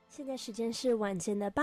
现在时间是晚间的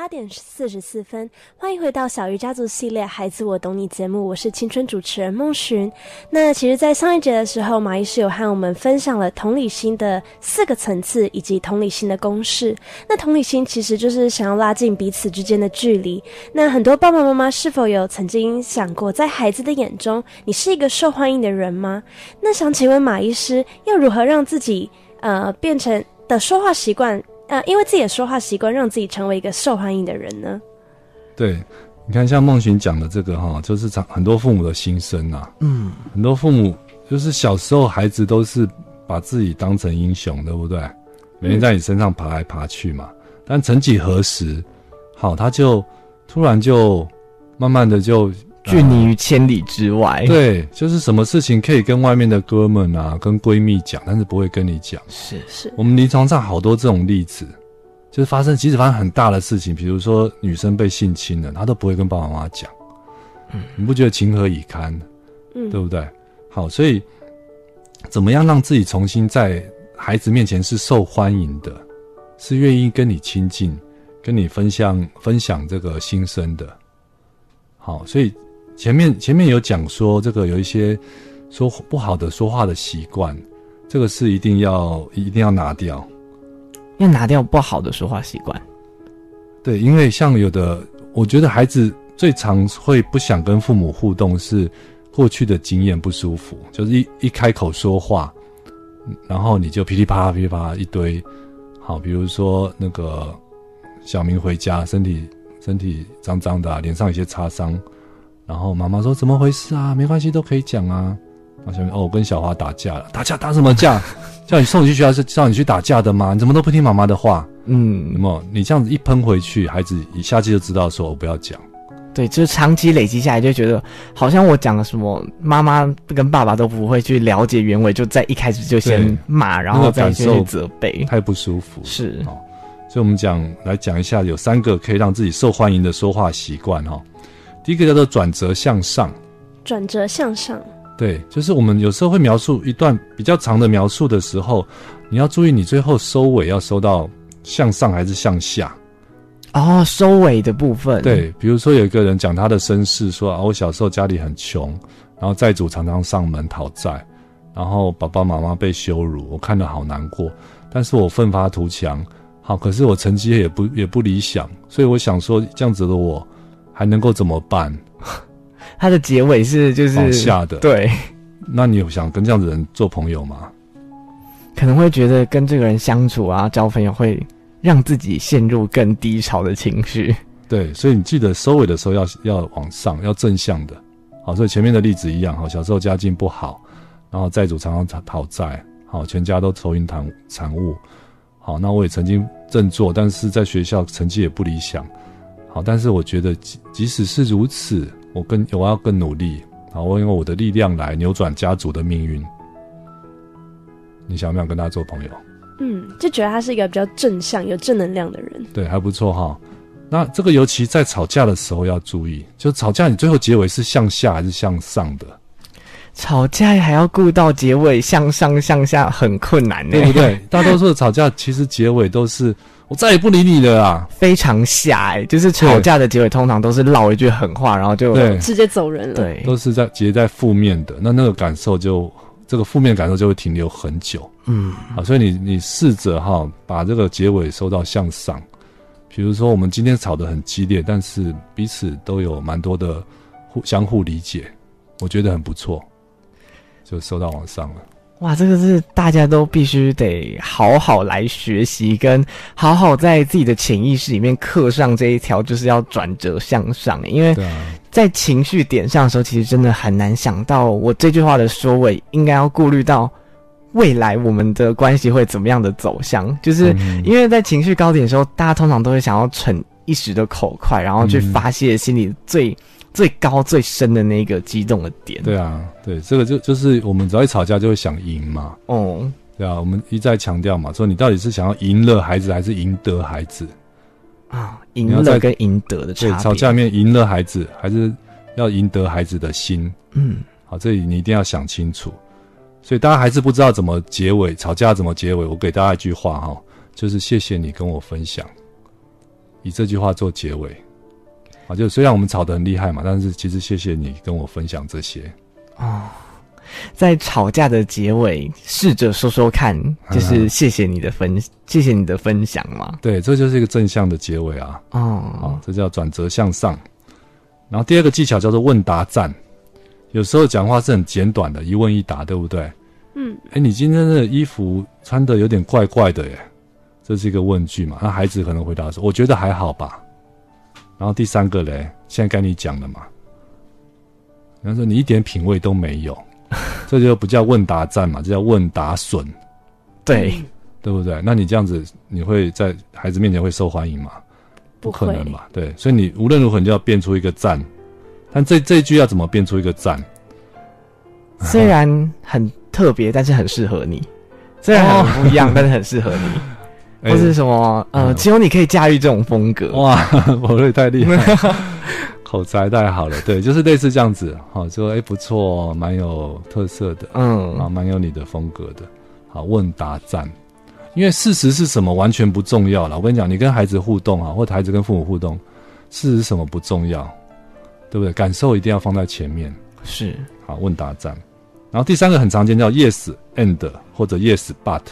8:44，欢迎回到小鱼家族系列孩子我懂你节目，我是青春主持人梦寻。那其实在上一节的时候，马医师有和我们分享了同理心的4个层次以及同理心的公式。那同理心其实就是想要拉近彼此之间的距离。那很多爸爸妈妈是否有曾经想过，在孩子的眼中你是一个受欢迎的人吗？那想请问马医师，要如何让自己变成的说话习惯因为自己的说话习惯让自己成为一个受欢迎的人呢？ 对，你看像梦寻讲的这个就是很多父母的心声啊。很多父母就是小时候孩子都是把自己当成英雄，对不对？每天在你身上爬来爬去嘛。但曾几何时，他就突然就慢慢的就拒你于千里之外。 对，就是什么事情可以跟外面的哥们啊、跟闺蜜讲，但是不会跟你讲。 是， 我们临床上好多这种例子，就是即使发生很大的事情，比如说女生被性侵了，她都不会跟爸爸妈妈讲。你不觉得情何以堪？对不对？好，所以怎么样让自己重新在孩子面前是受欢迎的，是愿意跟你亲近，跟你分享这个心声的。好，所以前面有讲说，这个有一些说不好的说话的习惯，这个是一定要拿掉， 要拿掉不好的说话习惯。 对，因为像有的，我觉得孩子最常会不想跟父母互动，是过去的经验不舒服，就是一开口说话，然后你就噼里啪啦噼里啪啦一堆。好，比如说那个小明回家，身体脏脏的脸上有些擦伤，然后妈妈说怎么回事啊？没关系，都可以讲啊。然后小明我跟小华打架了，打什么架？叫你送你去学校是叫你去打架的吗？你怎么都不听妈妈的话？有没有？你这样子一喷回去，孩子一下子就知道说我不要讲。 对，就是长期累积下来，就觉得好像我讲了什么，妈妈跟爸爸都不会去了解原委，就在一开始就先骂，然后再去责备， 太不舒服。 是。 所以我们来讲一下，有3个可以让自己受欢迎的说话习惯。第一个叫做转折向上。 转折向上， 对，就是我们有时候会描述一段比较长的描述的时候，你要注意你最后收尾要收到向上还是向下。 收尾的部分。 对，比如说有一个人讲他的身世，说我小时候家里很穷，然后债主常常上门讨债，然后爸爸妈妈被羞辱，我看了好难过，但是我奋发图强。好，可是我成绩也不理想，所以我想说，这样子的我还能够怎么办？ 他的结尾是就是往下的。 对， 那你有想跟这样子的人做朋友吗？ 可能会觉得跟这个人相处啊，交朋友会让自己陷入更低潮的情绪。 对，所以你记得收尾的时候要往上，要正向的。好，所以前面的例子一样，好，小时候家境不好，然后债主常常讨债，好，全家都愁云惨雾。好，那我也曾经振作，但是在学校成绩也不理想。好，但是我觉得即使是如此，我要更努力。好，我用我的力量来扭转家族的命运。你想不想跟他做朋友？ 就觉得他是一个比较正向、有正能量的人。 对，还不错哈。那这个尤其在吵架的时候要注意，就吵架你最后结尾是向下还是向上的？ 吵架还要顾到结尾向上向下，很困难呢， 对不对？大多数的吵架其实结尾都是我再也不理你了啊， 非常下就是吵架的结尾通常都是唠一句狠话，然后就直接走人了。 对， 都是结在负面的，那个感受这个负面感受就会停留很久。好，所以你试着把这个结尾收到向上。比如说我们今天吵得很激烈，但是彼此都有蛮多的相互理解，我觉得很不错，就收到往上了。 哇，这个是大家都必须得好好来学习，跟好好在自己的潜意识里面刻上这一条，就是要转折向上。因为在情绪点上的时候，其实真的很难想到我这句话的收尾应该要顾虑到未来我们的关系会怎么样的走向。就是因为在情绪高点的时候，大家通常都会想要逞一时的口快，然后去发泄心里最高最深的那个激动的点。 对啊，对，这个就是我们只要一吵架就会想赢嘛。对啊，我们一再强调嘛，说你到底是想要赢了孩子还是赢得孩子啊？赢了跟赢得的差别。 对，吵架里面赢了孩子还是要赢得孩子的心。好，这里你一定要想清楚。所以大家还是不知道怎么结尾，吵架怎么结尾，我给大家一句话就是谢谢你跟我分享。 以这句话做结尾。啊，就虽然我们吵得很厉害嘛，但是其实谢谢你跟我分享这些。 哦，在吵架的结尾，试着说说看，就是谢谢你的分享嘛。 对，这就是一个正向的结尾啊。哦，这叫转折向上。然后第二个技巧叫做问答战，有时候讲话是很简短的，一问一答，对不对？你今天的衣服穿得有点怪怪的耶，这是一个问句嘛。那孩子可能回答说：“我觉得还好吧。”然后第三个嘞，现在该你讲了嘛。然后说你一点品味都没有，这就不叫问答战嘛，这叫问答损。 对， 对不对？那你这样子，你会在孩子面前会受欢迎吗？不可能嘛。对，所以你无论如何你就要变出一个赞。但这一句要怎么变出一个赞？ 虽然很特别，但是很适合你。虽然很不一样，但是很适合你。或是什么只有你可以驾驭这种风格。哇， 博瑞太厉害，口才太好了。对，就是类似这样子。好，说不错，蛮有特色的，蛮有你的风格的。好，问答战，因为事实是什么完全不重要了。我跟你讲，你跟孩子互动或者孩子跟父母互动，事实是什么不重要，对不对？感受一定要放在前面。 是。 好，问答战。然后第三个很常见叫 yes and 或者 yes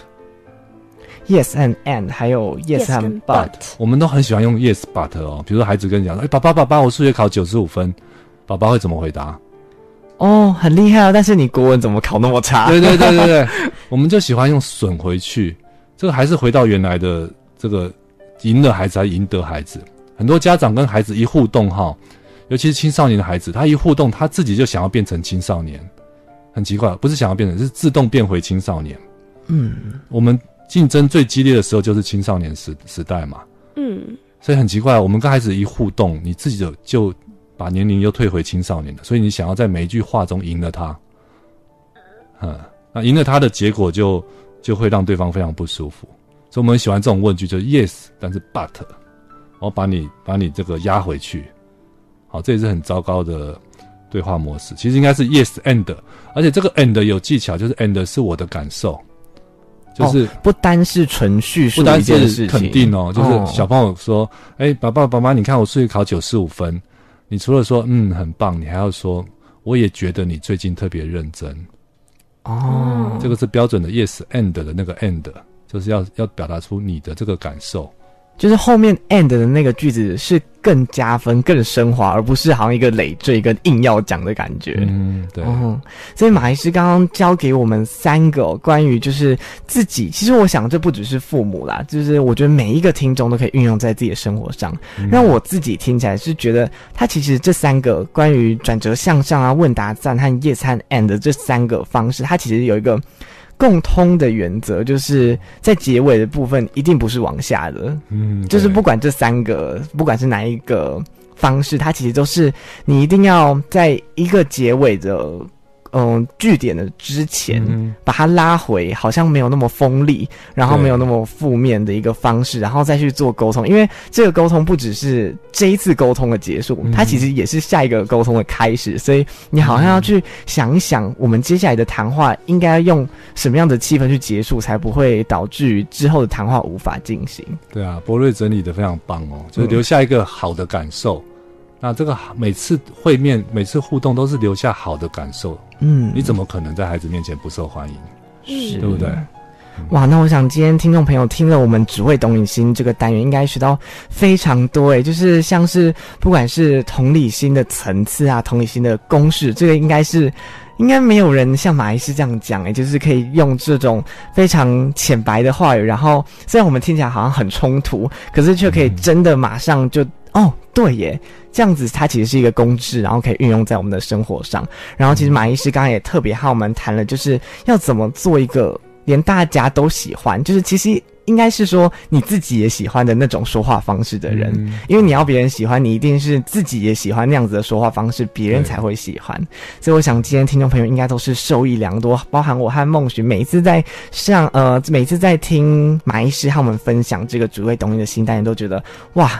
but。Yes and 还有 yes and but， 我们都很喜欢用 yes but 哦。比如说孩子跟你讲说：“爸爸，我数学考95分。”爸爸会怎么回答？ 哦，很厉害啊！但是你国文怎么考那么差？ 对，我们就喜欢用损回去。这个还是回到原来的这个赢了孩子还赢得孩子。很多家长跟孩子一互动尤其是青少年的孩子，他一互动，他自己就想要变成青少年。很奇怪，不是想要变成，是自动变回青少年。我们竞争最激烈的时候就是青少年时代嘛。所以很奇怪，我们跟孩子一互动，你自己就把年龄又退回青少年了。所以你想要在每一句话中赢了他，那赢了他的结果就会让对方非常不舒服。所以我们很喜欢这种问句，就是 yes， 但是 but， 我把你这个压回去。好，这也是很糟糕的对话模式。其实应该是 yes and， 而且这个 and 有技巧，就是 and 是我的感受。就是不单是纯叙述一件事情， 肯定就是小朋友说：“爸爸，你看我数学考95分。”你除了说很棒，你还要说我也觉得你最近特别认真。这个是标准的 yes and 的那个 and， 就是要表达出你的这个感受。 就是后面 and 的那个句子是更加分、更升华，而不是好像一个累赘跟硬要讲的感觉。 对。 所以马医师刚刚教给我们3个关于就是自己，其实我想这不只是父母啦，就是我觉得每一个听众都可以运用在自己的生活上。让我自己听起来是觉得，他其实这3个关于转折向上啊、问答赞和 yes 和 and 这3个方式，它其实有一个共通的原则，就是在结尾的部分一定不是往下的。就是不管这3个，不管是哪一个方式，它其实都是你一定要在一个结尾的句点的之前，把它拉回，好像没有那么锋利，然后没有那么负面的一个方式，然后再去做沟通。因为这个沟通不只是这一次沟通的结束，它其实也是下一个沟通的开始。所以你好像要去想一想，我们接下来的谈话应该用什么样的气氛去结束，才不会导致于之后的谈话无法进行。 对啊，博瑞整理得非常棒就是留下一个好的感受。那这个每次会面、每次互动都是留下好的感受。你怎么可能在孩子面前不受欢迎？对不对？ 哇，那我想今天听众朋友听了我们只会懂你心这个单元，应该学到非常多就是像是不管是同理心的层次啊，同理心的公式，这个应该没有人像马医师这样讲就是可以用这种非常浅白的话语，然后虽然我们听起来好像很冲突，可是却可以真的马上就对耶，这样子它其实是一个公式，然后可以运用在我们的生活上。然后其实马医师刚刚也特别和我们谈了，就是要怎么做一个连大家都喜欢，就是其实应该是说你自己也喜欢的那种说话方式的人。因为你要别人喜欢你，一定是自己也喜欢那样子的说话方式，别人才会喜欢。所以我想今天听众朋友应该都是受益良多，包含我和梦寻每一次在听马医师和我们分享这个只会懂你的新单元，都觉得哇，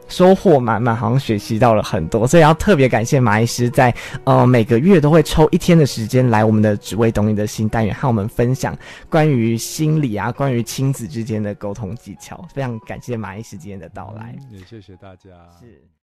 收获满满，好像学习到了很多，所以要特别感谢马医师在每个月都会抽1天的时间来我们的只为懂你的新单元，和我们分享关于心理啊，关于亲子之间的沟通技巧。非常感谢马医师今天的到来， 也谢谢大家。 是。